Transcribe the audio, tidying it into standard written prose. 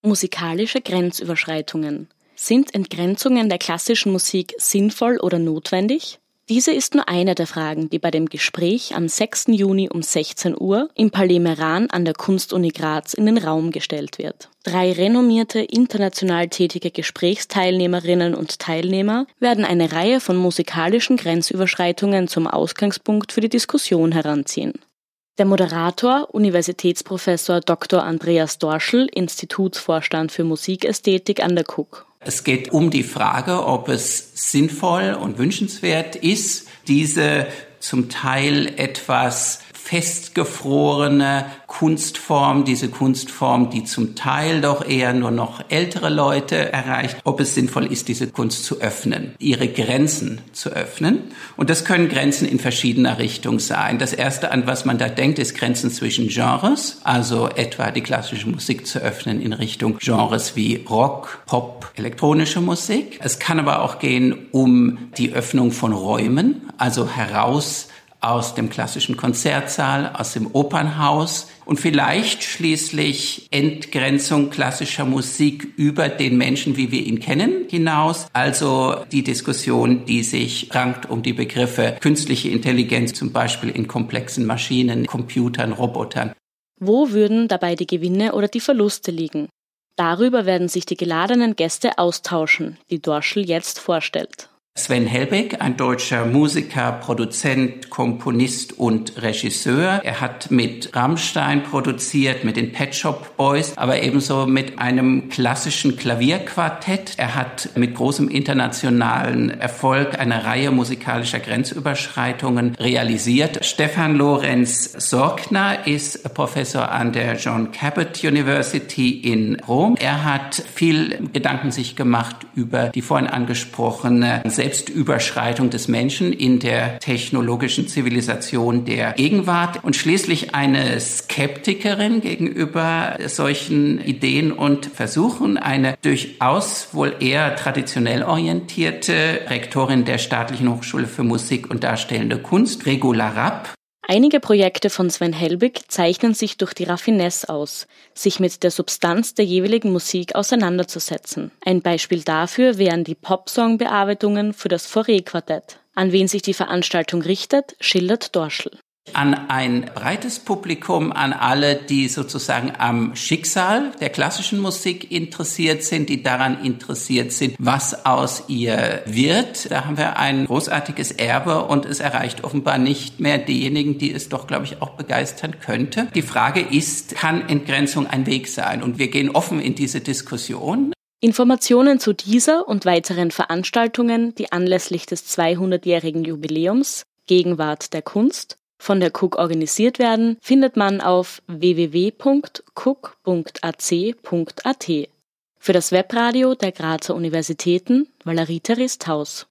Musikalische Grenzüberschreitungen. Sind Entgrenzungen der klassischen Musik sinnvoll oder notwendig? Diese ist nur eine der Fragen, die bei dem Gespräch am 6. Juni um 16 Uhr im Palais Meran an der Kunstuni Graz in den Raum gestellt wird. 3 renommierte, international tätige Gesprächsteilnehmerinnen und Teilnehmer werden eine Reihe von musikalischen Grenzüberschreitungen zum Ausgangspunkt für die Diskussion heranziehen. Der Moderator, Universitätsprofessor Dr. Andreas Dorschel, Institutsvorstand für Musikästhetik an der KUK. Es geht um die Frage, ob es sinnvoll und wünschenswert ist, diese zum Teil etwas festgefrorene Kunstform, diese Kunstform, die zum Teil doch eher nur noch ältere Leute erreicht, ob es sinnvoll ist, diese Kunst zu öffnen, ihre Grenzen zu öffnen. Und das können Grenzen in verschiedener Richtung sein. Das Erste, an was man da denkt, ist Grenzen zwischen Genres, also etwa die klassische Musik zu öffnen in Richtung Genres wie Rock, Pop, elektronische Musik. Es kann aber auch gehen um die Öffnung von Räumen, also heraus aus dem klassischen Konzertsaal, aus dem Opernhaus und vielleicht schließlich Entgrenzung klassischer Musik über den Menschen, wie wir ihn kennen, hinaus. Also die Diskussion, die sich rankt um die Begriffe künstliche Intelligenz, zum Beispiel in komplexen Maschinen, Computern, Robotern. Wo würden dabei die Gewinne oder die Verluste liegen? Darüber werden sich die geladenen Gäste austauschen, die Dorschel jetzt vorstellt. Sven Helbig, ein deutscher Musiker, Produzent, Komponist und Regisseur. Er hat mit Rammstein produziert, mit den Pet Shop Boys, aber ebenso mit einem klassischen Klavierquartett. Er hat mit großem internationalen Erfolg eine Reihe musikalischer Grenzüberschreitungen realisiert. Stefan Lorenz Sorgner ist Professor an der John Cabot University in Rom. Er hat viel Gedanken sich gemacht über die vorhin angesprochene Selbstüberschreitung des Menschen in der technologischen Zivilisation der Gegenwart und schließlich eine Skeptikerin gegenüber solchen Ideen und Versuchen, eine durchaus wohl eher traditionell orientierte Rektorin der Staatlichen Hochschule für Musik und Darstellende Kunst, Regula Rapp. Einige Projekte von Sven Helbig zeichnen sich durch die Raffinesse aus, sich mit der Substanz der jeweiligen Musik auseinanderzusetzen. Ein Beispiel dafür wären die Popsong-Bearbeitungen für das Fauré-Quartett. An wen sich die Veranstaltung richtet, schildert Dorschel. An ein breites Publikum, an alle, die sozusagen am Schicksal der klassischen Musik interessiert sind, die daran interessiert sind, was aus ihr wird. Da haben wir ein großartiges Erbe und es erreicht offenbar nicht mehr diejenigen, die es doch, glaube ich, auch begeistern könnte. Die Frage ist, kann Entgrenzung ein Weg sein? Und wir gehen offen in diese Diskussion. Informationen zu dieser und weiteren Veranstaltungen, die anlässlich des 200-jährigen Jubiläums Gegenwart der Kunst von der KUK organisiert werden, findet man auf www.kuk.ac.at. Für das Webradio der Grazer Universitäten Valerie Therese Taus.